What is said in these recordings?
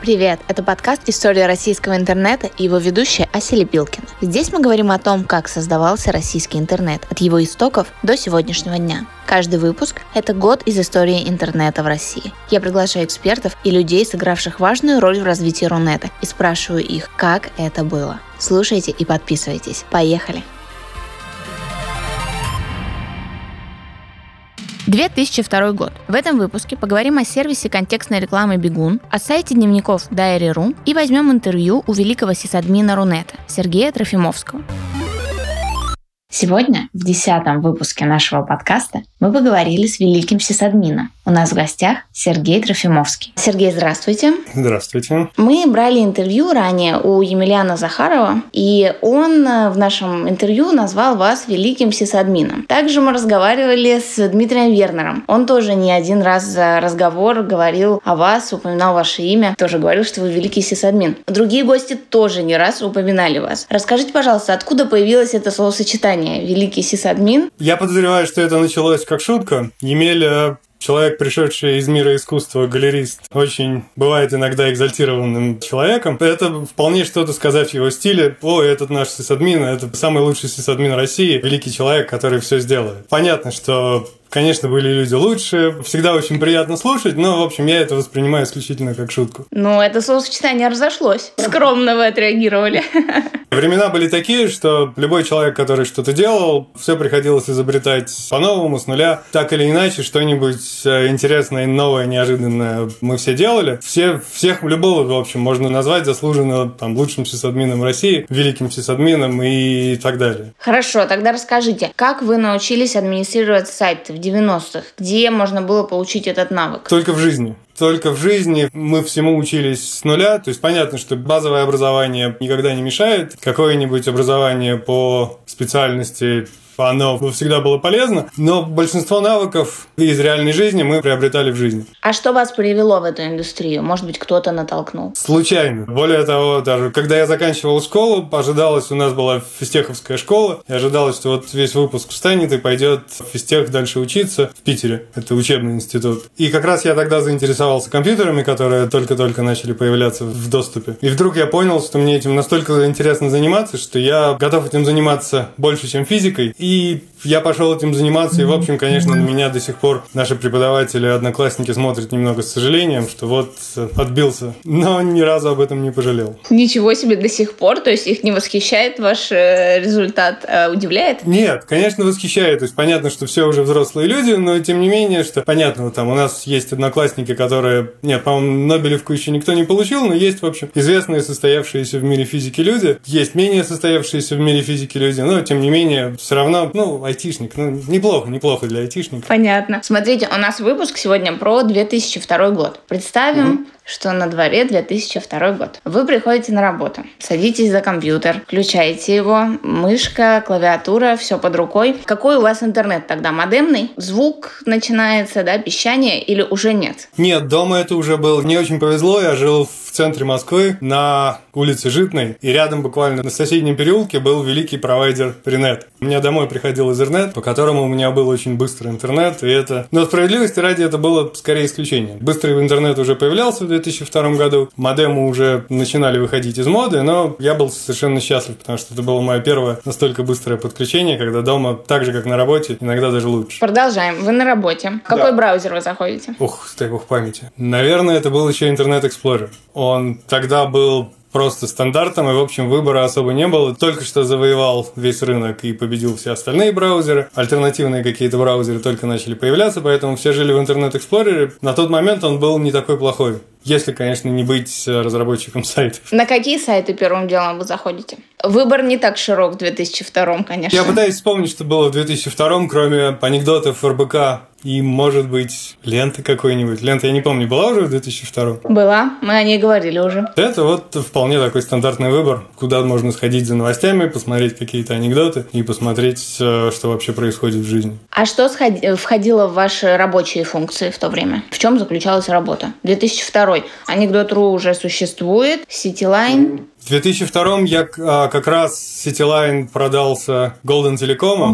Привет! Это подкаст «История российского интернета» и его ведущая Ася Лепилкина. Здесь мы говорим о том, как создавался российский интернет, от его истоков до сегодняшнего дня. Каждый выпуск – это год из истории интернета в России. Я приглашаю экспертов и людей, сыгравших важную роль в развитии Рунета, и спрашиваю их, как это было. Слушайте и подписывайтесь. Поехали! 2002 год. В этом выпуске поговорим о сервисе контекстной рекламы «Бегун», о сайте дневников Diary.ru и возьмем интервью у великого сисадмина Рунета Сергея Трофимовского. Сегодня, в 10-м выпуске нашего подкаста, мы поговорили с великим сисадмином. У нас в гостях Сергей Трофимовский. Сергей, здравствуйте. Здравствуйте. Мы брали интервью ранее у Емельяна Захарова, и он в нашем интервью назвал вас великим сисадмином. Также мы разговаривали с Дмитрием Вернером. Он тоже не один раз за разговор говорил о вас, упоминал ваше имя, тоже говорил, что вы великий сисадмин. Другие гости тоже не раз упоминали вас. Расскажите, пожалуйста, откуда появилось это словосочетание «великий сисадмин»? Я подозреваю, что это началось как шутка. Емель, человек, пришедший из мира искусства, галерист, очень бывает иногда экзальтированным человеком. Это вполне что-то сказать в его стиле. О, этот наш сисадмин, это самый лучший сисадмин России, великий человек, который все сделает. Понятно, что конечно, были люди лучше, всегда очень приятно слушать, но, в общем, я это воспринимаю исключительно как шутку. Ну, это словосочетание разошлось. Скромно вы отреагировали. Времена были такие, что любой человек, который что-то делал, все приходилось изобретать по-новому, с нуля. Так или иначе, что-нибудь интересное, новое, неожиданное мы все делали. Всех, любого, в общем, можно назвать заслуженно лучшим сисадмином России, великим сисадмином и так далее. Хорошо, тогда расскажите, как вы научились администрировать сайт в 90-х? Где можно было получить этот навык? Только в жизни. Только в жизни мы всему учились с нуля. То есть понятно, что базовое образование никогда не мешает. Какое-нибудь образование по специальности, оно всегда было полезно, но большинство навыков из реальной жизни мы приобретали в жизни. А что вас привело в эту индустрию? Может быть, кто-то натолкнул? Случайно. Более того, даже когда я заканчивал школу, ожидалось, у нас была физтеховская школа, и ожидалось, что вот весь выпуск встанет и пойдет в физтех дальше учиться в Питере. Это учебный институт. И как раз я тогда заинтересовался компьютерами, которые только-только начали появляться в доступе. И вдруг я понял, что мне этим настолько интересно заниматься, что я готов этим заниматься больше, чем физикой. И я пошел этим заниматься, и, в общем, конечно, на меня до сих пор наши преподаватели, одноклассники смотрят немного с сожалением, что вот отбился, но ни разу об этом не пожалел. Ничего себе, до сих пор? То есть их не восхищает ваш результат, а удивляет? Нет, конечно, восхищает. То есть понятно, что все уже взрослые люди, но тем не менее, что понятно, у нас есть одноклассники, которые, нет, по-моему, Нобелевку еще никто не получил, но есть, в общем, известные состоявшиеся в мире физики люди, есть менее состоявшиеся в мире физики люди, но тем не менее, все равно айтишник. Неплохо для айтишника. Понятно. Смотрите, у нас выпуск сегодня про 2002 год. Представим, что на дворе 2002 год. Вы приходите на работу, садитесь за компьютер, включаете его, мышка, клавиатура, все под рукой. Какой у вас интернет тогда? Модемный? Звук начинается, пищание или уже нет? Нет, дома это уже было. Мне очень повезло, я жил в центре Москвы на улице Житной, и рядом буквально на соседнем переулке был великий провайдер Рунет. У меня домой приходил Ethernet, по которому у меня был очень быстрый интернет, и это... Но справедливости ради это было скорее исключение. Быстрый интернет уже появлялся в 2002 году, модемы уже начинали выходить из моды, но я был совершенно счастлив, потому что это было мое первое настолько быстрое подключение, когда дома, так же, как на работе, иногда даже лучше. Продолжаем. Вы на работе. В какой браузер вы заходите? Дай бог памяти. Наверное, это был еще Internet Explorer. Он тогда был просто стандартом, и, в общем, выбора особо не было. Только что завоевал весь рынок и победил все остальные браузеры. Альтернативные какие-то браузеры только начали появляться, поэтому все жили в Internet Explorer. На тот момент он был не такой плохой. Если, конечно, не быть разработчиком сайтов. На какие сайты первым делом вы заходите? Выбор не так широк в 2002, конечно. Я пытаюсь вспомнить, что было в 2002, кроме анекдотов РБК и, может быть, ленты какой-нибудь. Лента, я не помню, была уже в 2002? Была, мы о ней говорили уже. Это вот вполне такой стандартный выбор, куда можно сходить за новостями, посмотреть какие-то анекдоты и посмотреть, что вообще происходит в жизни. А что входило в ваши рабочие функции в то время? В чем заключалась работа? 2002. Анекдот.ру уже существует, Cityline. В 2002 я как раз CityLine продался Golden Telecom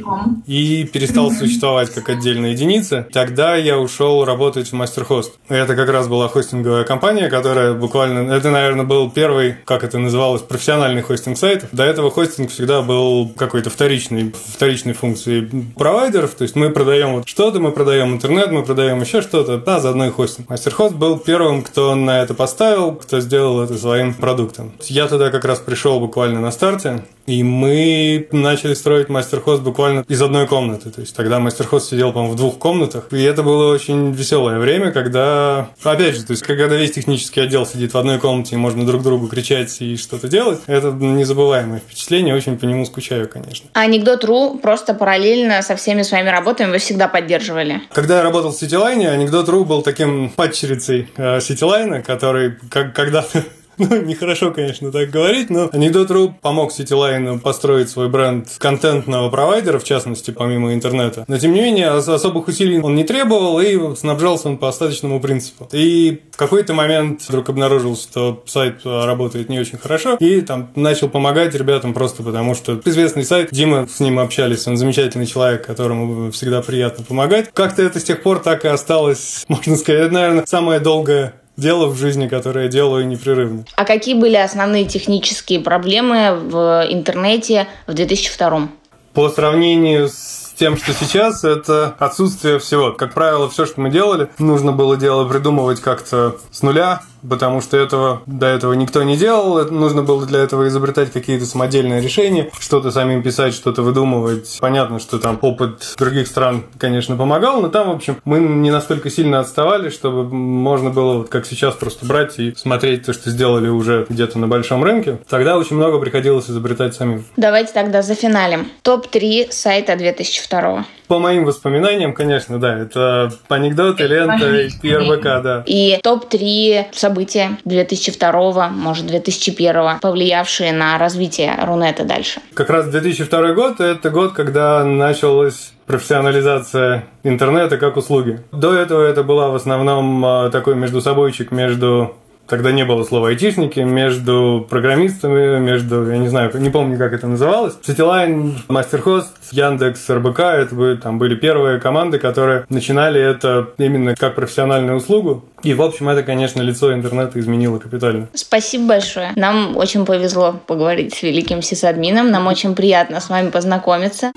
и перестал существовать как отдельная единица. Тогда я ушел работать в MasterHost. Это как раз была хостинговая компания, которая буквально... Это, наверное, был первый, как это называлось, профессиональный хостинг сайтов. До этого хостинг всегда был какой-то вторичной функцией провайдеров. То есть мы продаем вот что-то, мы продаем интернет, мы продаем еще что-то, да, заодно и хостинг. MasterHost был первым, кто на это поставил, кто сделал это своим продуктом. Я туда как раз пришел буквально на старте, и мы начали строить MasterHost буквально из одной комнаты. То есть тогда MasterHost сидел, по-моему, в 2 комнатах. И это было очень веселое время, когда, опять же, то есть когда весь технический отдел сидит в одной комнате, и можно друг другу кричать и что-то делать, это незабываемое впечатление, очень по нему скучаю, конечно. А Anecdote.ru просто параллельно со всеми своими работами вы всегда поддерживали? Когда я работал в CityLine, Anecdote.ru был таким падчерицей CityLine, который когда-то... нехорошо, конечно, так говорить, но Anecdote.ru помог CityLine построить свой бренд контентного провайдера, в частности, помимо интернета. Но, тем не менее, особых усилий он не требовал, и снабжался он по остаточному принципу. И в какой-то момент вдруг обнаружил, что сайт работает не очень хорошо, и там начал помогать ребятам просто потому, что известный сайт, Дима, с ним общались, он замечательный человек, которому всегда приятно помогать. Как-то это с тех пор так и осталось, можно сказать, это, наверное, самое долгое дело в жизни, которое я делаю непрерывно. А какие были основные технические проблемы в интернете в 2002? По сравнению с тем, что сейчас, это отсутствие всего. Как правило, все, что мы делали, нужно было придумывать как-то с нуля, потому что до этого никто не делал. Нужно было для этого изобретать какие-то самодельные решения, что-то самим писать, что-то выдумывать. Понятно, что там опыт других стран, конечно, помогал, но там, в общем, мы не настолько сильно отставали, чтобы можно было, вот как сейчас, просто брать и смотреть то, что сделали уже где-то на большом рынке. Тогда очень много приходилось изобретать самим. Давайте тогда зафиналим. Топ-3 сайта 2002. По моим воспоминаниям, конечно, да, это анекдоты, лента и РБК, да. И топ-3 события 2002, может, 2001, повлиявшие на развитие Рунета дальше. Как раз 2002 год – это год, когда началась профессионализация интернета как услуги. До этого это была в основном такой междусобойчик между... Тогда не было слова айтишники, между программистами, я не знаю, не помню, как это называлось. CityLine, MasterHost, Яндекс, РБК, это там были первые команды, которые начинали это именно как профессиональную услугу. И, в общем, это, конечно, лицо интернета изменило капитально. Спасибо большое. Нам очень повезло поговорить с великим сисадмином. Нам очень приятно с вами познакомиться.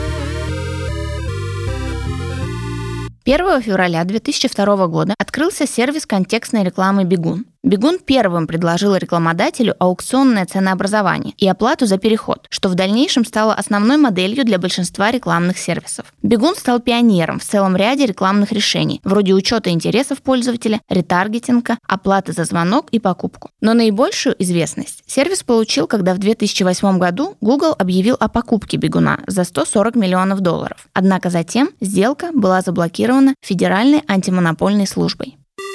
1 февраля 2002 года открылся сервис контекстной рекламы «Бегун». Бегун первым предложил рекламодателю аукционное ценообразование и оплату за переход, что в дальнейшем стало основной моделью для большинства рекламных сервисов. Бегун стал пионером в целом ряде рекламных решений, вроде учета интересов пользователя, ретаргетинга, оплаты за звонок и покупку. Но наибольшую известность сервис получил, когда в 2008 году Google объявил о покупке Бегуна за $140 миллионов. Однако затем сделка была заблокирована Федеральной антимонопольной службой.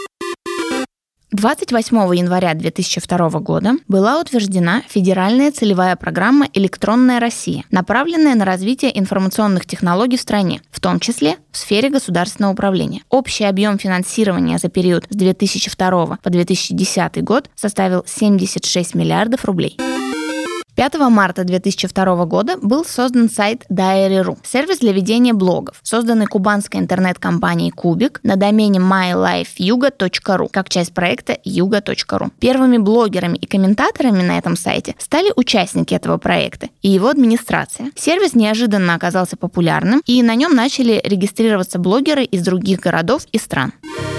28 января 2002 года была утверждена федеральная целевая программа «Электронная Россия», направленная на развитие информационных технологий в стране, в том числе в сфере государственного управления. Общий объем финансирования за период с 2002 по 2010 год составил 76 миллиардов рублей. 5 марта 2002 года был создан сайт Diary.ru, сервис для ведения блогов, созданный кубанской интернет-компанией «Кубик» на домене mylifeyuga.ru, как часть проекта yuga.ru. Первыми блогерами и комментаторами на этом сайте стали участники этого проекта и его администрация. Сервис неожиданно оказался популярным, и на нем начали регистрироваться блогеры из других городов и стран.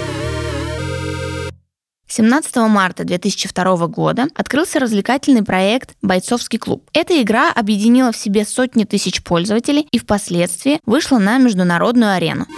17 марта 2002 года открылся развлекательный проект «Бойцовский клуб». Эта игра объединила в себе сотни тысяч пользователей и впоследствии вышла на международную арену.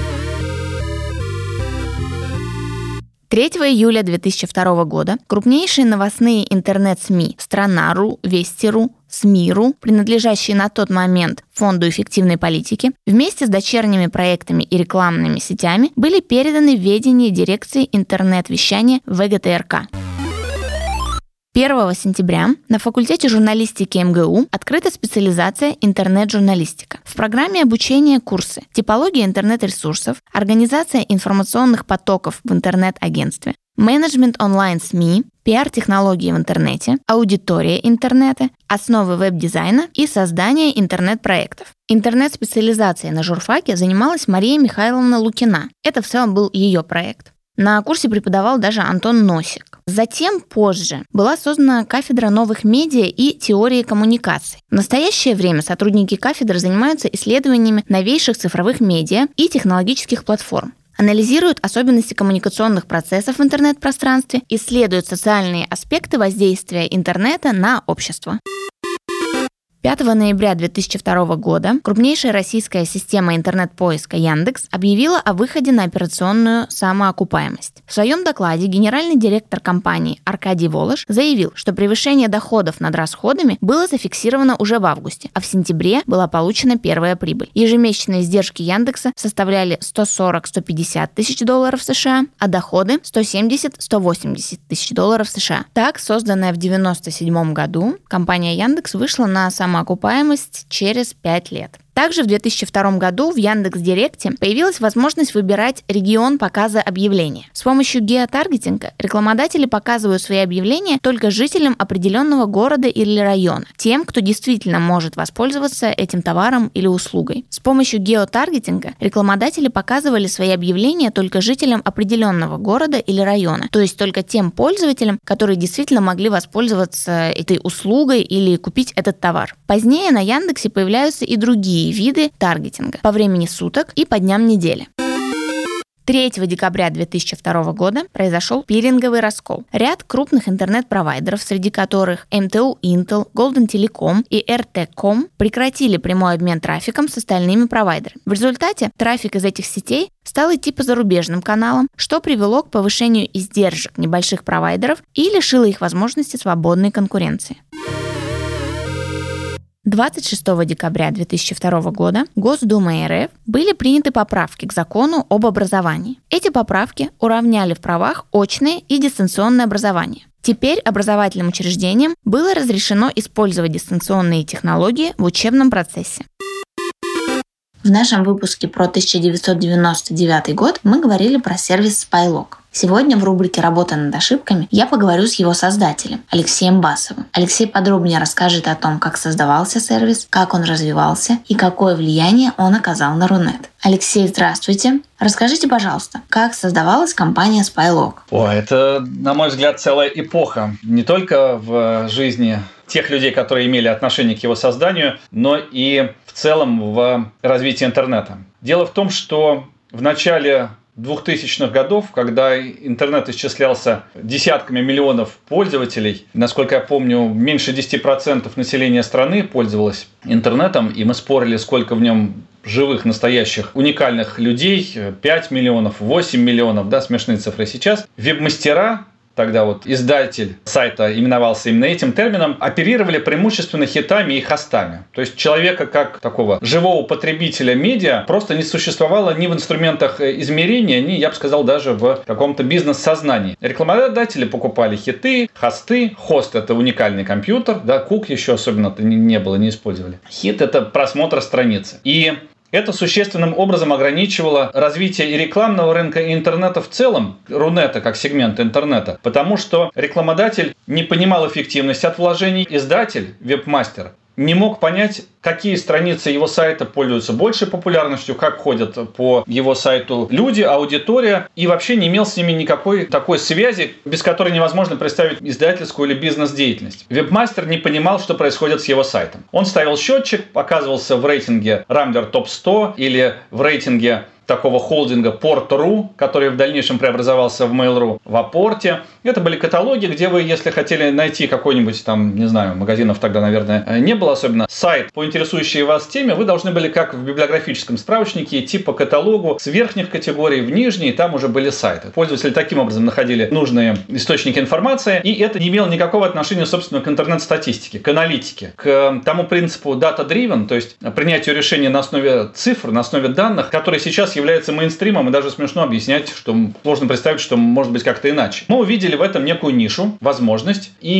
3 июля 2002 года крупнейшие новостные интернет-СМИ «Страна.ру», «Вести.ру», СМИ.ру, принадлежащие на тот момент Фонду эффективной политики, вместе с дочерними проектами и рекламными сетями были переданы в ведение дирекции интернет-вещания ВГТРК. 1 сентября на факультете журналистики МГУ открыта специализация «Интернет-журналистика». В программе обучения курсы «Типология интернет-ресурсов», «Организация информационных потоков в интернет-агентстве», «Менеджмент онлайн-СМИ», пиар-технологии в интернете, аудитория интернета, основы веб-дизайна и создание интернет-проектов. Интернет-специализацией на журфаке занималась Мария Михайловна Лукина. Это в целом был ее проект. На курсе преподавал даже Антон Носик. Затем, позже, была создана кафедра новых медиа и теории коммуникаций. В настоящее время сотрудники кафедры занимаются исследованиями новейших цифровых медиа и технологических платформ. Анализируют особенности коммуникационных процессов в интернет-пространстве, исследуют социальные аспекты воздействия интернета на общество. 5 ноября 2002 года крупнейшая российская система интернет-поиска Яндекс объявила о выходе на операционную самоокупаемость. В своем докладе генеральный директор компании Аркадий Волош заявил, что превышение доходов над расходами было зафиксировано уже в августе, а в сентябре была получена первая прибыль. Ежемесячные издержки Яндекса составляли 140-150 тысяч долларов США, а доходы 170-180 тысяч долларов США. Так, созданная в 1997 году, компания Яндекс вышла на самоокупаемость через 5 лет. Также в 2002 году в Яндекс.Директе появилась возможность выбирать регион показа объявления. С помощью геотаргетинга рекламодатели показывают свои объявления только жителям определенного города или района, тем, кто действительно может воспользоваться этим товаром или услугой. С помощью геотаргетинга рекламодатели показывали свои объявления только жителям определенного города или района, то есть только тем пользователям, которые действительно могли воспользоваться этой услугой или купить этот товар. Позднее на Яндексе появляются и другие виды таргетинга по времени суток и по дням недели. 3 декабря 2002 года произошел пиринговый раскол. Ряд крупных интернет-провайдеров, среди которых МТУ Intel, Golden Telecom и RT.com, прекратили прямой обмен трафиком с остальными провайдерами. В результате трафик из этих сетей стал идти по зарубежным каналам, что привело к повышению издержек небольших провайдеров и лишило их возможности свободной конкуренции. 26 декабря 2002 года Госдумой РФ были приняты поправки к закону об образовании. Эти поправки уравняли в правах очное и дистанционное образование. Теперь образовательным учреждениям было разрешено использовать дистанционные технологии в учебном процессе. В нашем выпуске про 1999 год мы говорили про сервис Spylog. Сегодня в рубрике «Работа над ошибками» я поговорю с его создателем, Алексеем Басовым. Алексей подробнее расскажет о том, как создавался сервис, как он развивался и какое влияние он оказал на Рунет. Алексей, здравствуйте. Расскажите, пожалуйста, как создавалась компания Spylog? Это, на мой взгляд, целая эпоха. Не только в жизни тех людей, которые имели отношение к его созданию, но и в целом в развитии интернета. Дело в том, что в начале 2000-х годов, когда интернет исчислялся десятками миллионов пользователей, насколько я помню, меньше 10% населения страны пользовалось интернетом, и мы спорили, сколько в нем живых, настоящих, уникальных людей, 5 миллионов, 8 миллионов, да, смешные цифры сейчас. Веб-мастера, тогда издатель сайта именовался именно этим термином, оперировали преимущественно хитами и хостами. То есть человека как такого живого потребителя медиа просто не существовало ни в инструментах измерения, ни, я бы сказал, даже в каком-то бизнес-сознании. Рекламодатели покупали хиты, хосты. Хост — это уникальный компьютер, да, кук еще особенно не было, не использовали. Хит — это просмотр страницы. И это существенным образом ограничивало развитие и рекламного рынка, и интернета в целом, Рунета как сегмент интернета, потому что рекламодатель не понимал эффективность от вложений, издатель, веб-мастер, не мог понять, какие страницы его сайта пользуются большей популярностью, как ходят по его сайту люди, аудитория, и вообще не имел с ними никакой такой связи, без которой невозможно представить издательскую или бизнес-деятельность. Вебмастер не понимал, что происходит с его сайтом. Он ставил счетчик, показывался в рейтинге Rambler Top 100 или в рейтинге такого холдинга Port.ru, который в дальнейшем преобразовался в Mail.ru, в Апорте. Это были каталоги, где вы, если хотели найти какой-нибудь там, не знаю, магазинов тогда, наверное, не было особенно, сайт по интересующей вас теме, вы должны были, как в библиографическом справочнике, идти по каталогу с верхних категорий в нижние, и там уже были сайты. Пользователи таким образом находили нужные источники информации, и это не имело никакого отношения, собственно, к интернет-статистике, к аналитике, к тому принципу data-driven, то есть принятию решений на основе цифр, на основе данных, которые сейчас является мейнстримом, и даже смешно объяснять, что сложно представить, что может быть как-то иначе. Мы увидели в этом некую нишу, возможность, и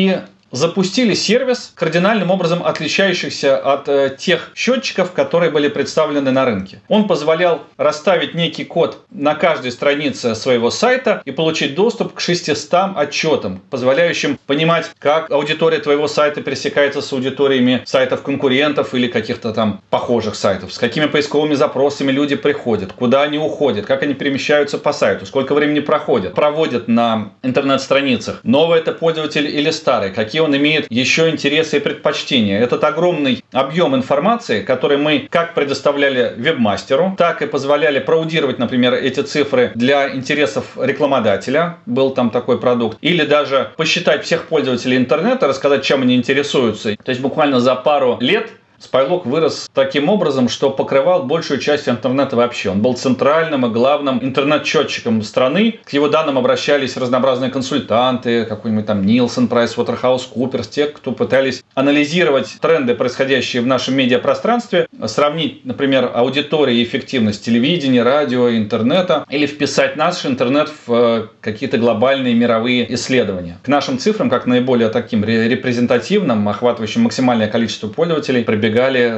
запустили сервис, кардинальным образом отличающийся от тех счетчиков, которые были представлены на рынке. Он позволял расставить некий код на каждой странице своего сайта и получить доступ к 600 отчетам, позволяющим понимать, как аудитория твоего сайта пересекается с аудиториями сайтов конкурентов или каких-то там похожих сайтов, с какими поисковыми запросами люди приходят, куда они уходят, как они перемещаются по сайту, сколько времени проводят на интернет-страницах, новый это пользователь или старый, какие он имеет еще интересы и предпочтения. Этот огромный объем информации, который мы как предоставляли вебмастеру, так и позволяли проаудировать, например, эти цифры для интересов рекламодателя, был там такой продукт, или даже посчитать всех пользователей интернета, рассказать, чем они интересуются. То есть буквально за пару лет Spylock вырос таким образом, что покрывал большую часть интернета вообще. Он был центральным и главным интернет-счетчиком страны. К его данным обращались разнообразные консультанты, какой-нибудь там Nielsen, PricewaterhouseCoopers, те, кто пытались анализировать тренды, происходящие в нашем медиапространстве, сравнить, например, аудиторию и эффективность телевидения, радио, интернета, или вписать наш интернет в какие-то глобальные мировые исследования. К нашим цифрам, как наиболее таким репрезентативным, охватывающим максимальное количество пользователей, прибегали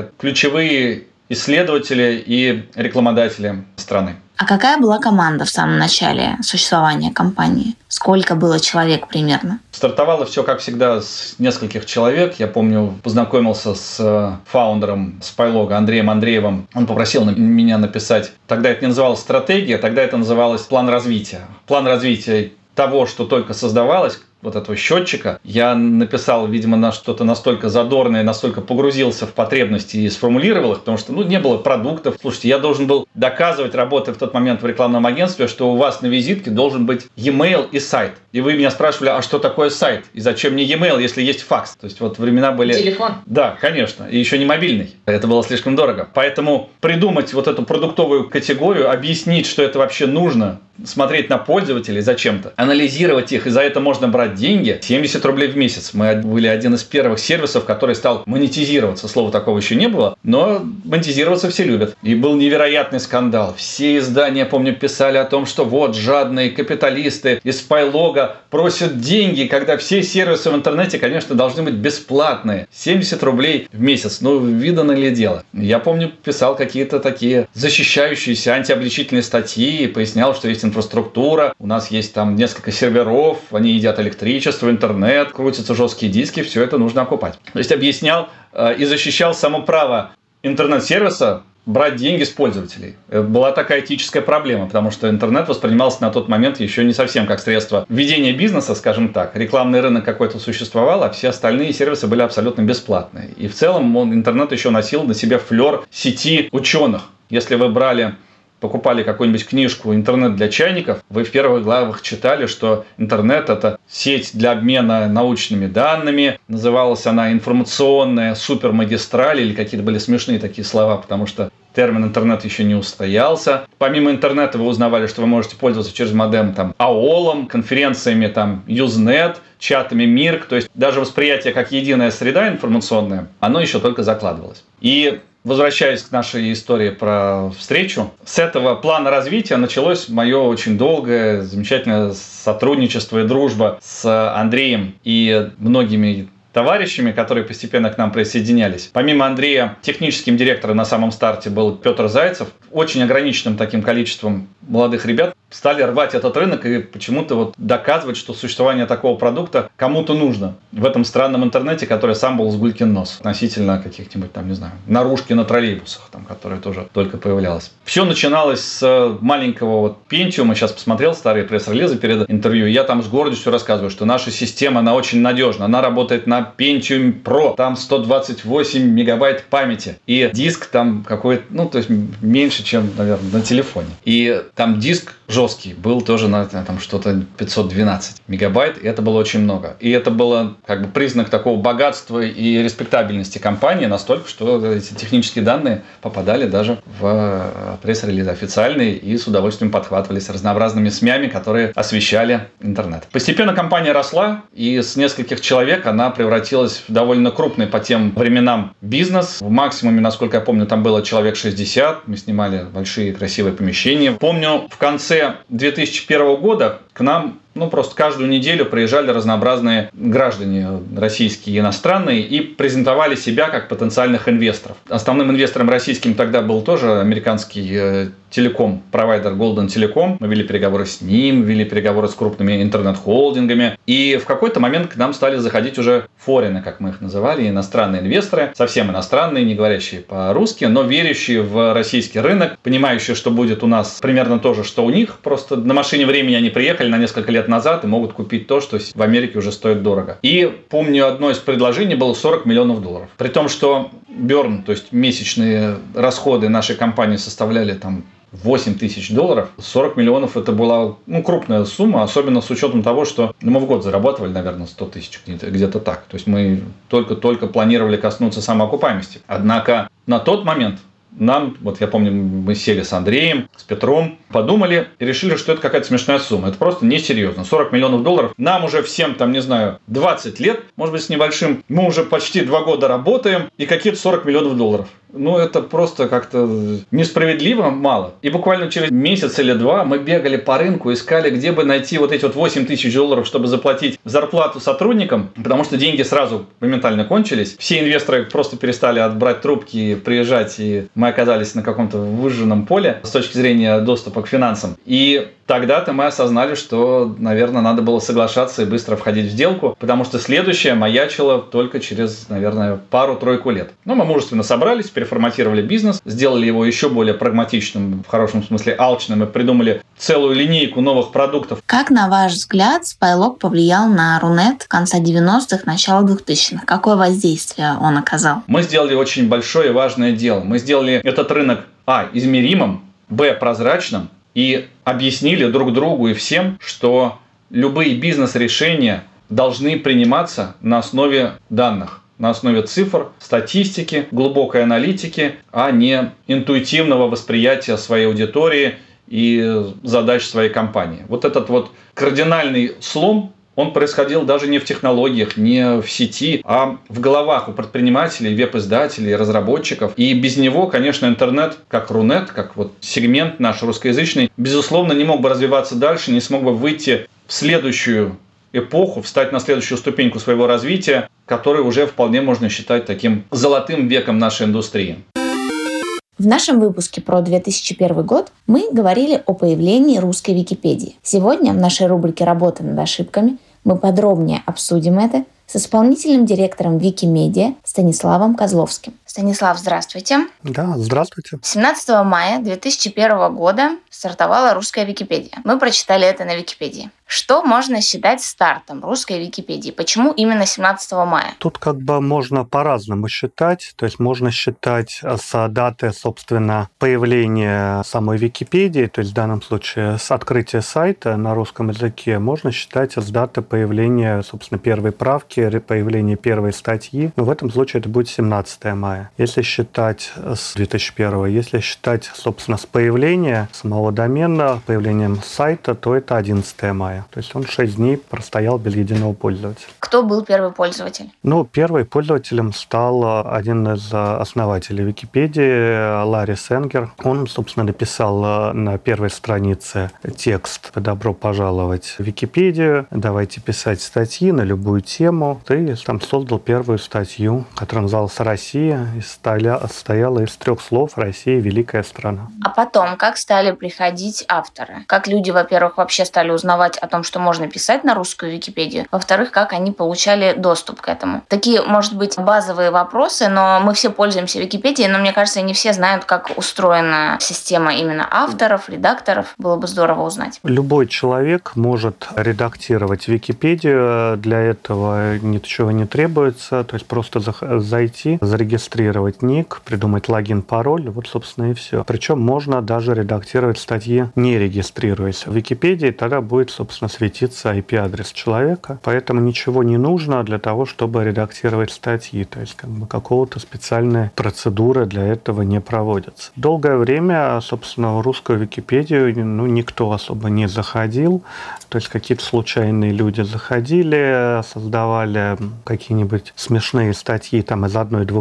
ключевые исследователи и рекламодатели страны. А какая была команда в самом начале существования компании? Сколько было человек примерно? Стартовало все, как всегда, с нескольких человек. Я помню, познакомился с фаундером Spylock Андреем Андреевым. Он попросил меня написать, тогда это не называлось стратегия, тогда это называлось план развития. План развития того, что только создавалось, вот этого счетчика, я написал, видимо, на что-то настолько задорное, настолько погрузился в потребности и сформулировал их, потому что, не было продуктов. Слушайте, я должен был доказывать, работая в тот момент в рекламном агентстве, что у вас на визитке должен быть e-mail и сайт. И вы меня спрашивали, а что такое сайт? И зачем мне e-mail, если есть факс? То есть времена были... Телефон? Да, конечно. И еще не мобильный. Это было слишком дорого. Поэтому придумать вот эту продуктовую категорию, объяснить, что это вообще нужно, смотреть на пользователей зачем-то, анализировать их, и за это можно брать деньги. 70 рублей в месяц. Мы были один из первых сервисов, который стал монетизироваться. Слова такого еще не было, но монетизироваться все любят. И был невероятный скандал. Все издания, помню, писали о том, что вот жадные капиталисты из Spylock просят деньги, когда все сервисы в интернете, конечно, должны быть бесплатные. 70 рублей в месяц. Видано ли дело? Я помню, писал какие-то такие защищающиеся антиобличительные статьи, пояснял, что есть инфраструктура, у нас есть там несколько серверов, они едят электричество, интернет, крутятся жесткие диски, все это нужно окупать. То есть объяснял и защищал само право интернет-сервиса брать деньги с пользователей. Это была такая этическая проблема, потому что интернет воспринимался на тот момент еще не совсем как средство ведения бизнеса, скажем так. Рекламный рынок какой-то существовал, а все остальные сервисы были абсолютно бесплатные. И в целом интернет еще носил на себе флер сети ученых. Если вы покупали какую-нибудь книжку «Интернет для чайников», вы в первых главах читали, что интернет – это сеть для обмена научными данными. Называлась она информационная супермагистраль, или какие-то были смешные такие слова, потому что термин интернет еще не устоялся. Помимо интернета вы узнавали, что вы можете пользоваться через модем AOL, конференциями Usenet, чатами Mirk. То есть даже восприятие как единая среда информационная, оно еще только закладывалось. И возвращаясь к нашей истории про встречу, с этого плана развития началось мое очень долгое, замечательное сотрудничество и дружба с Андреем и многими товарищами, которые постепенно к нам присоединялись. Помимо Андрея, техническим директором на самом старте был Петр Зайцев. Очень ограниченным таким количеством молодых ребят стали рвать этот рынок и почему-то доказывать, что существование такого продукта кому-то нужно в этом странном интернете, который сам был сгулькин нос относительно каких-нибудь наружки на троллейбусах, которые тоже только появлялось. Все начиналось с маленького Pentium. Сейчас посмотрел старые пресс-релизы перед интервью, и я там с гордостью рассказываю, что наша система, она очень надежна, она работает на Pentium Pro, там 128 мегабайт памяти, и диск там какой-то, то есть меньше, чем, наверное, на телефоне. И там диск жесткий был тоже на что-то 512 мегабайт, и это было очень много. И это было признак такого богатства и респектабельности компании настолько, что эти технические данные попадали даже в пресс-релизы официальные и с удовольствием подхватывались разнообразными СМИами, которые освещали интернет. Постепенно компания росла, и с нескольких человек она превратилась в довольно крупный по тем временам бизнес. В максимуме, насколько я помню, там было человек 60. Мы снимали большие красивые помещения. Помню, в конце 2001 года к нам, просто каждую неделю приезжали разнообразные граждане российские и иностранные и презентовали себя как потенциальных инвесторов. Основным инвестором российским тогда был тоже американский телеком-провайдер Golden Telecom. Мы вели переговоры с ним, вели переговоры с крупными интернет-холдингами. И в какой-то момент к нам стали заходить уже форины, как мы их называли, иностранные инвесторы, совсем иностранные, не говорящие по-русски, но верящие в российский рынок, понимающие, что будет у нас примерно то же, что у них. Просто на машине времени они приехали на несколько лет назад и могут купить то, что в Америке уже стоит дорого. И помню, одно из предложений было $40 миллионов. При том, что burn, то есть месячные расходы нашей компании составляли там $8 тысяч. 40 миллионов это была крупная сумма, особенно с учетом того, что мы в год зарабатывали, наверное, 100 тысяч, где-то так. То есть мы только планировали коснуться самоокупаемости. Однако на тот момент я помню, мы сели с Андреем, с Петром, подумали и решили, что это какая-то смешная сумма. Это просто несерьезно. $40 миллионов. Нам уже всем, 20 лет, может быть, с небольшим. Мы уже почти 2 года работаем, и какие-то $40 миллионов. Это просто как-то несправедливо мало. И буквально через месяц или 2 мы бегали по рынку, искали, где бы найти вот эти $8 тысяч, чтобы заплатить зарплату сотрудникам, потому что деньги сразу моментально кончились. Все инвесторы просто перестали отбрать трубки, приезжать, и мы оказались на каком-то выжженном поле с точки зрения доступа к финансам. И тогда-то мы осознали, что, наверное, надо было соглашаться и быстро входить в сделку, потому что следующее маячило только через, наверное, пару-тройку лет. Мы мужественно собрались, переформатировали бизнес, сделали его еще более прагматичным, в хорошем смысле алчным, и придумали целую линейку новых продуктов. Как, на ваш взгляд, Spilog повлиял на Рунет конца 90-х, начала 2000-х? Какое воздействие он оказал? Мы сделали очень большое и важное дело. Мы сделали этот рынок, измеримым, прозрачным, и объяснили друг другу и всем, что любые бизнес-решения должны приниматься на основе данных, на основе цифр, статистики, глубокой аналитики, а не интуитивного восприятия своей аудитории и задач своей компании. Вот этот кардинальный слом, он происходил даже не в технологиях, не в сети, а в головах у предпринимателей, веб-издателей, разработчиков. И без него, конечно, интернет, как Рунет, как сегмент наш русскоязычный, безусловно, не мог бы развиваться дальше, не смог бы выйти в следующую эпоху, встать на следующую ступеньку своего развития, который уже вполне можно считать таким золотым веком нашей индустрии. В нашем выпуске про 2001 год мы говорили о появлении русской Википедии. Сегодня в нашей рубрике «Работа над ошибками» мы подробнее обсудим это с исполнительным директором Викимедиа Станиславом Козловским. Станислав, здравствуйте. Да, здравствуйте. 17 мая 2001 года стартовала русская Википедия. Мы прочитали это на Википедии. Что можно считать стартом русской Википедии? Почему именно 17 мая? Тут можно по-разному считать. То есть можно считать с даты, собственно, появления самой Википедии, то есть в данном случае с открытия сайта на русском языке, можно считать с даты появления, собственно, первой правки, появления первой статьи. Но в этом случае это будет 17 мая. Если считать с 2001, если считать, собственно, с появления самого домена, появлением сайта, то это 11 мая. То есть он 6 дней простоял без единого пользователя. Кто был первый пользователь? Первым пользователем стал один из основателей Википедии, Ларри Сенгер. Он, собственно, написал на первой странице текст «Добро пожаловать в Википедию, давайте писать статьи на любую тему». И там создал первую статью, которая называлась «Россия», и состояла из 3 слов «Россия – великая страна». А потом, как стали приходить авторы? Как люди, во-первых, вообще стали узнавать о том, что можно писать на русскую Википедию? Во-вторых, как они получали доступ к этому? Такие, может быть, базовые вопросы, но мы все пользуемся Википедией, но мне кажется, не все знают, как устроена система именно авторов, редакторов. Было бы здорово узнать. Любой человек может редактировать Википедию. Для этого ничего не требуется. То есть просто зайти, зарегистрировать ник, придумать логин, пароль. Собственно, и все. Причем можно даже редактировать статьи, не регистрируясь в Википедии. Тогда будет, собственно, светиться IP-адрес человека. Поэтому ничего не нужно для того, чтобы редактировать статьи. То есть какого-то специальной процедуры для этого не проводится. Долгое время, собственно, в русскую Википедию никто особо не заходил. То есть какие-то случайные люди заходили, создавали какие-нибудь смешные статьи из 1-2 строчек,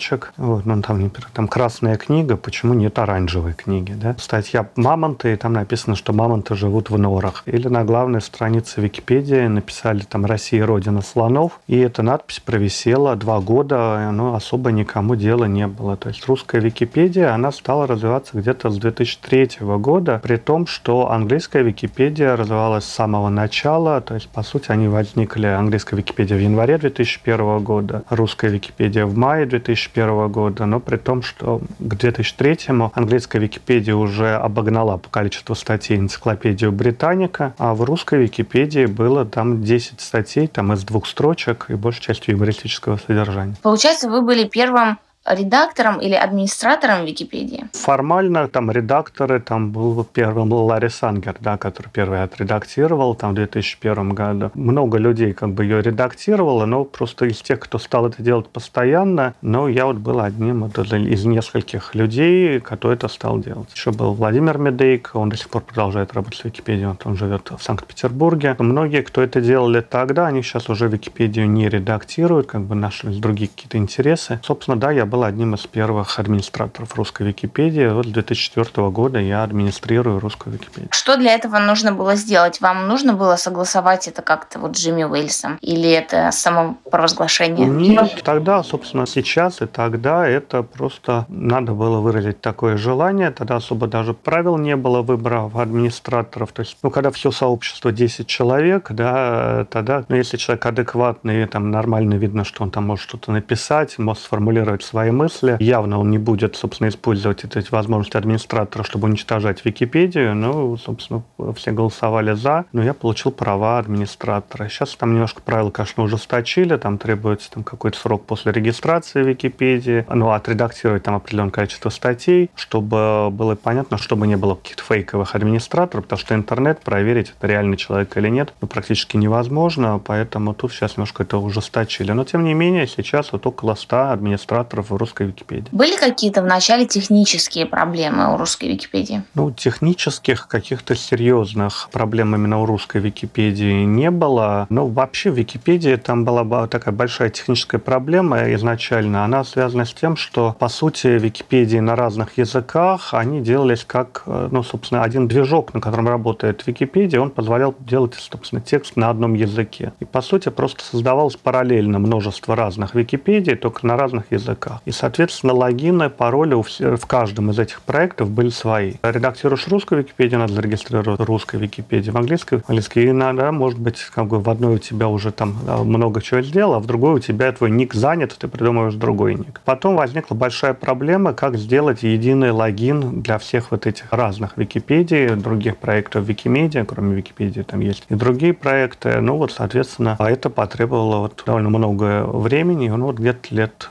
строчек. Вот, ну, там, например, там красная книга, почему нет оранжевой книги, да? Статья «Мамонты», и там написано, что мамонты живут в норах. Или на главной странице Википедии написали там «Россия – родина слонов», и эта надпись провисела 2 года, но особо никому дела не было. То есть русская Википедия, она стала развиваться где-то с 2003 года, при том, что английская Википедия развивалась с самого начала, то есть, по сути, они возникли, английская Википедия в январе 2001 года, русская Википедия в мае 2001 года, но при том, что к 2003-му английская Википедия уже обогнала по количеству статей энциклопедию Британика, а в русской Википедии было там 10 статей, там из 2 строчек и большей частью юмористического содержания. Получается, вы были первым редактором или администратором Википедии? Формально там редакторы, там был первым Ларри Сангер, да, который первый отредактировал там в 2001 году. Много людей как бы ее редактировало, но просто из тех, кто стал это делать постоянно, но я вот был одним из нескольких людей, кто это стал делать. Еще был Владимир Медейко, он до сих пор продолжает работать в Википедии, он живет в Санкт-Петербурге. Многие, кто это делали тогда, они сейчас уже Википедию не редактируют, как бы нашли другие какие-то интересы. Собственно, да, я был одним из первых администраторов русской Википедии. Вот с 2004 года я администрирую русскую Википедию. Что для этого нужно было сделать? Вам нужно было согласовать это как-то вот с Джимми Уэльсом? Или это самопровозглашение? Нет, тогда, собственно, сейчас и тогда это просто надо было выразить такое желание. Тогда особо даже правил не было выбора администраторов. То есть, когда все сообщество 10 человек, да, тогда, если человек адекватный, там нормально видно, что он там может что-то написать, может сформулировать свои мысли. Явно он не будет, собственно, использовать эти возможности администратора, чтобы уничтожать Википедию. Ну, собственно, все голосовали за, но я получил права администратора. Сейчас там немножко правила, конечно, ужесточили, там требуется там какой-то срок после регистрации Википедии, отредактировать там определенное количество статей, чтобы было понятно, чтобы не было каких-то фейковых администраторов, потому что интернет проверить, это реальный человек или нет, практически невозможно, поэтому тут сейчас немножко это ужесточили. Но, тем не менее, сейчас вот около 100 администраторов в русской Википедии. Были какие-то вначале технические проблемы у русской Википедии? Технических каких-то серьезных проблем именно у русской Википедии не было. Но вообще в Википедии там была такая большая техническая проблема изначально. Она связана с тем, что, по сути, Википедии на разных языках, они делались как, собственно, один движок, на котором работает Википедия, он позволял делать, собственно, текст на одном языке. И, по сути, просто создавалось параллельно множество разных Википедий, только на разных языках. И, соответственно, логины, пароли в каждом из этих проектов были свои. Редактируешь русскую Википедию, надо зарегистрировать русскую Википедию, в английской. И иногда, может быть, в одной у тебя уже там много чего сделал, а в другой у тебя твой ник занят, ты придумываешь другой ник. Потом возникла большая проблема, как сделать единый логин для всех вот этих разных Википедий, других проектов Викимедиа, кроме Википедии, там есть и другие проекты. Соответственно, это потребовало довольно много времени, и где-то лет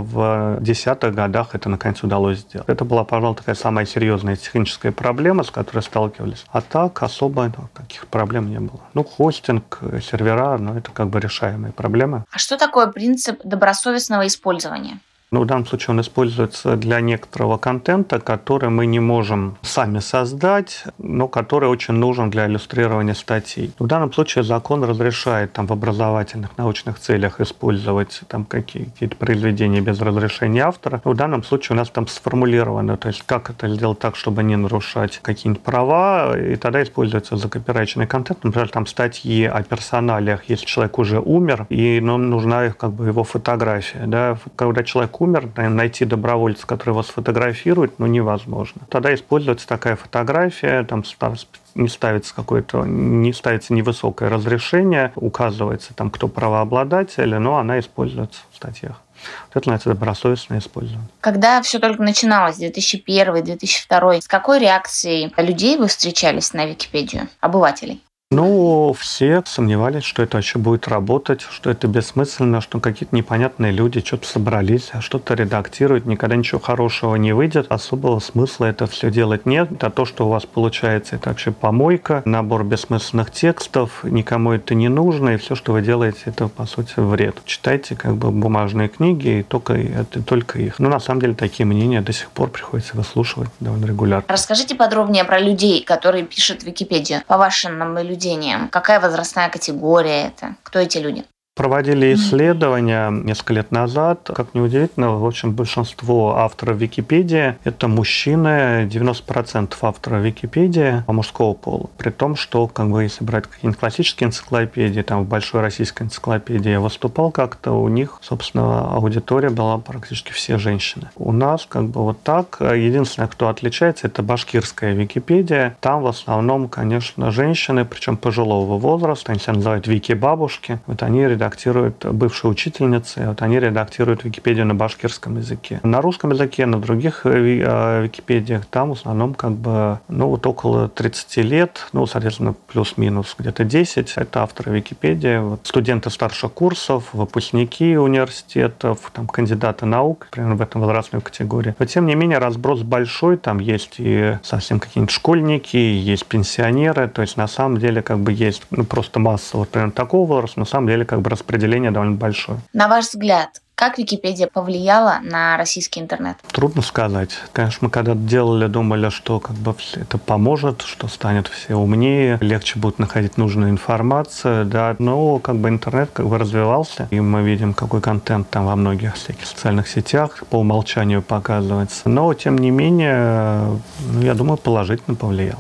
в 10-х годах это наконец удалось сделать. Это была, пожалуй, такая самая серьезная техническая проблема, с которой сталкивались. А так особо таких проблем не было. Хостинг, сервера, это решаемые проблемы. А что такое принцип добросовестного использования? В данном случае он используется для некоторого контента, который мы не можем сами создать, но который очень нужен для иллюстрирования статей. В данном случае закон разрешает в образовательных, научных целях использовать какие-то произведения без разрешения автора. В данном случае у нас там сформулировано, то есть как это сделать так, чтобы не нарушать какие-нибудь права, и тогда используется закопирайченный контент. Например, там статьи о персоналиях, если человек уже умер, и нужна его фотография. Да? Когда человек умер, найти добровольца, который его сфотографирует, невозможно. Тогда используется такая фотография, там не ставится невысокое разрешение, указывается кто правообладатель, но она используется в статьях. Это называется добросовестное использование. Когда все только начиналось, 2001-2002, с какой реакцией людей вы встречались на Википедию, обывателей? Все сомневались, что это вообще будет работать, что это бессмысленно, что какие-то непонятные люди что-то собрались, что-то редактируют, никогда ничего хорошего не выйдет, особого смысла это все делать нет. А то, что у вас получается, это вообще помойка, набор бессмысленных текстов, никому это не нужно, и все, что вы делаете, это, по сути, вред. Читайте бумажные книги, и только их. На самом деле, такие мнения до сих пор приходится выслушивать довольно регулярно. Расскажите подробнее про людей, которые пишут Википедию. По вашим наблюдениям, какая возрастная категория это? Кто эти люди? Проводили исследования несколько лет назад. Как ни удивительно, в общем, большинство авторов Википедии – это мужчины, 90% авторов Википедии мужского пола. При том, что, если брать какие-нибудь классические энциклопедии, там в Большой российской энциклопедии я выступал как-то, у них, собственно, аудитория была практически все женщины. У нас вот так. Единственное, кто отличается, это башкирская Википедия. Там в основном, конечно, женщины, причем пожилого возраста, они себя называют вики-бабушки. Они редактируют, бывшие учительницы, они редактируют Википедию на башкирском языке. На русском языке, на других Википедиях, там в основном около 30 лет, соответственно, плюс-минус где-то 10, это авторы Википедии, студенты старших курсов, выпускники университетов, кандидаты наук, примерно в этом возрастной категории. Но, тем не менее, разброс большой, там есть и совсем какие-нибудь школьники, есть пенсионеры, то есть на самом деле есть просто масса примерно такого возраста, на самом деле распределение довольно большое. На ваш взгляд, как Википедия повлияла на российский интернет? Трудно сказать. Конечно, мы когда-то делали, думали, что это поможет, что станет все умнее, легче будет находить нужную информацию, да. Но интернет развивался, и мы видим, какой контент там во многих всяких социальных сетях по умолчанию показывается. Но, тем не менее, я думаю, положительно повлиял.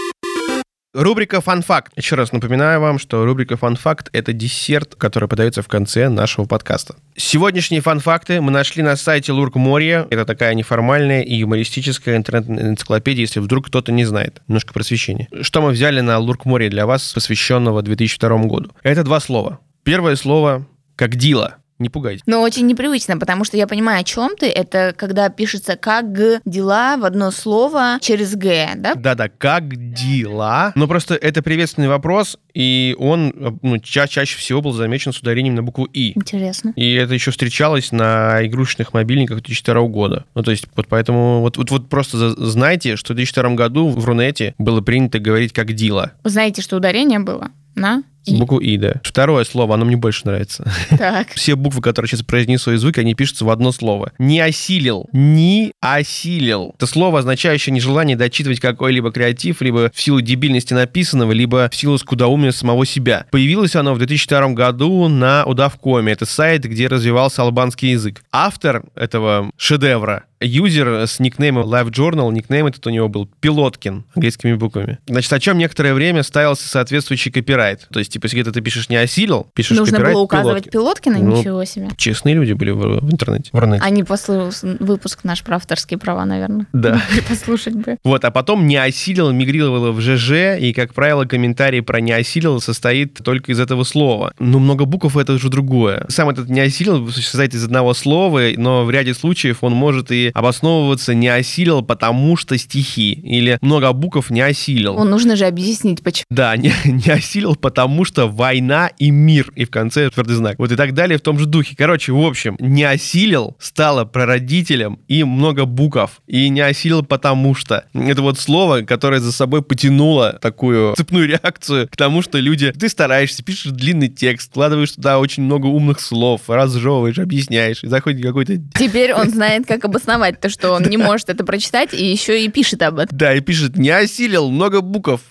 Рубрика «Фан-факт». Еще раз напоминаю вам, что рубрика «Фан-факт» — это десерт, который подается в конце нашего подкаста. Сегодняшние фан-факты мы нашли на сайте Луркморья. Это такая неформальная и юмористическая интернет-энциклопедия, если вдруг кто-то не знает. Немножко просвещения. Что мы взяли на Луркморье для вас, посвященного 2002 году? Это 2 слова. Первое слово «как дела». Не пугайте. Но очень непривычно, потому что я понимаю, о чем ты. Это когда пишется «как дела» в одно слово через «г», да? Да-да, «как дела». Но просто это приветственный вопрос, и он чаще всего был замечен с ударением на букву «и». Интересно. И это еще встречалось на игрушечных мобильниках 2002 года. То есть поэтому просто знайте, что в 2002 году в Рунете было принято говорить «как дела». Вы знаете, что ударение было на «и». Букву «и», да. Второе слово, оно мне больше нравится. Так. Все буквы, которые сейчас произнесу свой язык, они пишутся в одно слово. Не осилил. Не осилил. Это слово, означающее нежелание дочитывать какой-либо креатив, либо в силу дебильности написанного, либо в силу скудоумия самого себя. Появилось оно в 2002 году на Удавкоме. Это сайт, где развивался албанский язык. Автор этого шедевра — юзер с никнеймом LiveJournal, никнейм этот у него был Пилоткин, английскими буквами. Значит, о чем некоторое время ставился соответствующий копирайт. То есть, если где-то ты пишешь «не осилил», пишешь нужно копирайт было указывать Пилоткина? Ничего себе. Честные люди были в интернете. В Рунете. Они послушают выпуск наш про авторские права, наверное. Да. Послушать бы. А потом «не осилил» мигрировало в ЖЖ, и, как правило, комментарий про «не осилил» состоит только из этого слова. Но много букв — это уже другое. Сам этот «не осилил» состоит из одного слова, но в ряде случаев он может и обосновываться «не осилил, потому что стихи», или много букв «не осилил». Нужно же объяснить, почему. Да, не осилил, потому что война и мир, и в конце твердый знак. И так далее в том же духе. Короче, в общем, «не осилил» стало прародителем и много букв. И «не осилил, потому что». Это слово, которое за собой потянуло такую цепную реакцию к тому, что люди... Ты стараешься, пишешь длинный текст, вкладываешь туда очень много умных слов, разжевываешь, объясняешь, и заходит какой-то... Теперь он знает, как обосновать то, что он не может это прочитать, и еще и пишет об этом. Да, и пишет «не осилил, много букв».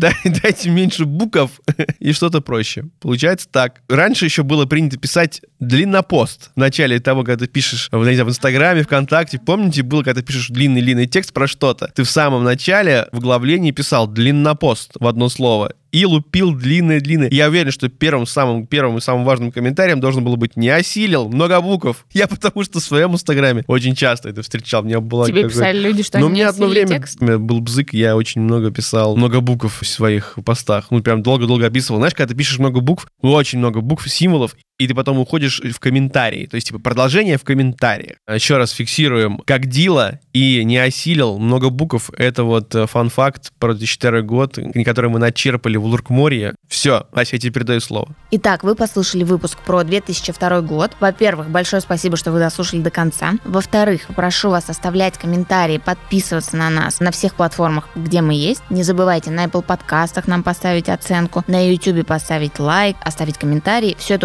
Дайте меньше букв и что-то проще. Получается так. Раньше еще было принято писать длиннопост. В начале того, когда ты пишешь в Инстаграме, ВКонтакте. Помните, было, когда ты пишешь длинный текст про что-то? Ты в самом начале в оглавлении писал длиннопост в одно слово. И лупил длинное. Я уверен, что первым и самым важным комментарием должен было быть «не осилил, много букв». Я потому что в своем Инстаграме очень часто это встречал. Тебе писали люди, что они не осилили текст? У меня был бзык, я очень много писал, много букв в своих постах. Прям долго-долго описывал. Знаешь, когда ты пишешь много букв, очень много букв, символов, и ты потом уходишь в комментарии. То есть, продолжение в комментариях. Еще раз фиксируем. «Как дела» и «не осилил», много букв. Это фан-факт про 2002 год, который мы начерпали в Луркморье. Все, Ася, я тебе передаю слово. Итак, вы послушали выпуск про 2002 год. Во-первых, большое спасибо, что вы дослушали до конца. Во-вторых, прошу вас оставлять комментарии, подписываться на нас на всех платформах, где мы есть. Не забывайте на Apple подкастах нам поставить оценку, на YouTube поставить лайк, оставить комментарий. Все это очень важно.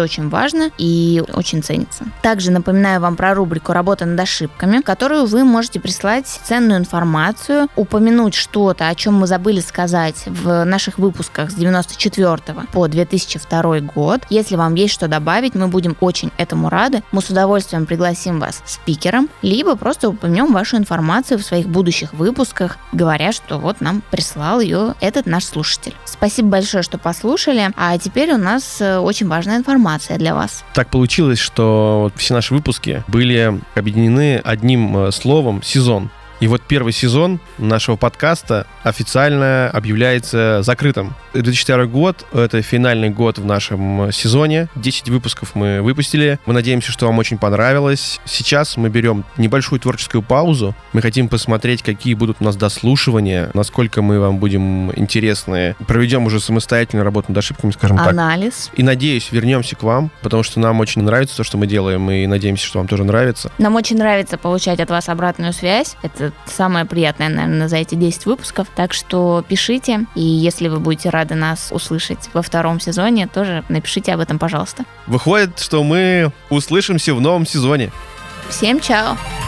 важно и очень ценится. Также напоминаю вам про рубрику «Работа над ошибками», в которую вы можете прислать ценную информацию, упомянуть что-то, о чем мы забыли сказать в наших выпусках с 94 по 2002 год. Если вам есть что добавить, мы будем очень этому рады. Мы с удовольствием пригласим вас спикером, либо просто упомянем вашу информацию в своих будущих выпусках, говоря, что вот нам прислал ее этот наш слушатель. Спасибо большое, что послушали, а теперь у нас очень важная информация для вас. Так получилось, что все наши выпуски были объединены одним словом «сезон». И вот первый сезон нашего подкаста официально объявляется закрытым. 2002 год — это финальный год в нашем сезоне. 10 выпусков мы выпустили. Мы надеемся, что вам очень понравилось. Сейчас мы берем небольшую творческую паузу. Мы хотим посмотреть, какие будут у нас дослушивания, насколько мы вам будем интересны. Проведем уже самостоятельную работу над ошибками, скажем так. Анализ. И, надеюсь, вернемся к вам, потому что нам очень нравится то, что мы делаем, и надеемся, что вам тоже нравится. Нам очень нравится получать от вас обратную связь. Это самое приятное, наверное, за эти 10 выпусков. Так что пишите, и если вы будете рады нас услышать во втором сезоне, тоже напишите об этом, пожалуйста. Выходит, что мы услышимся в новом сезоне. Всем чао!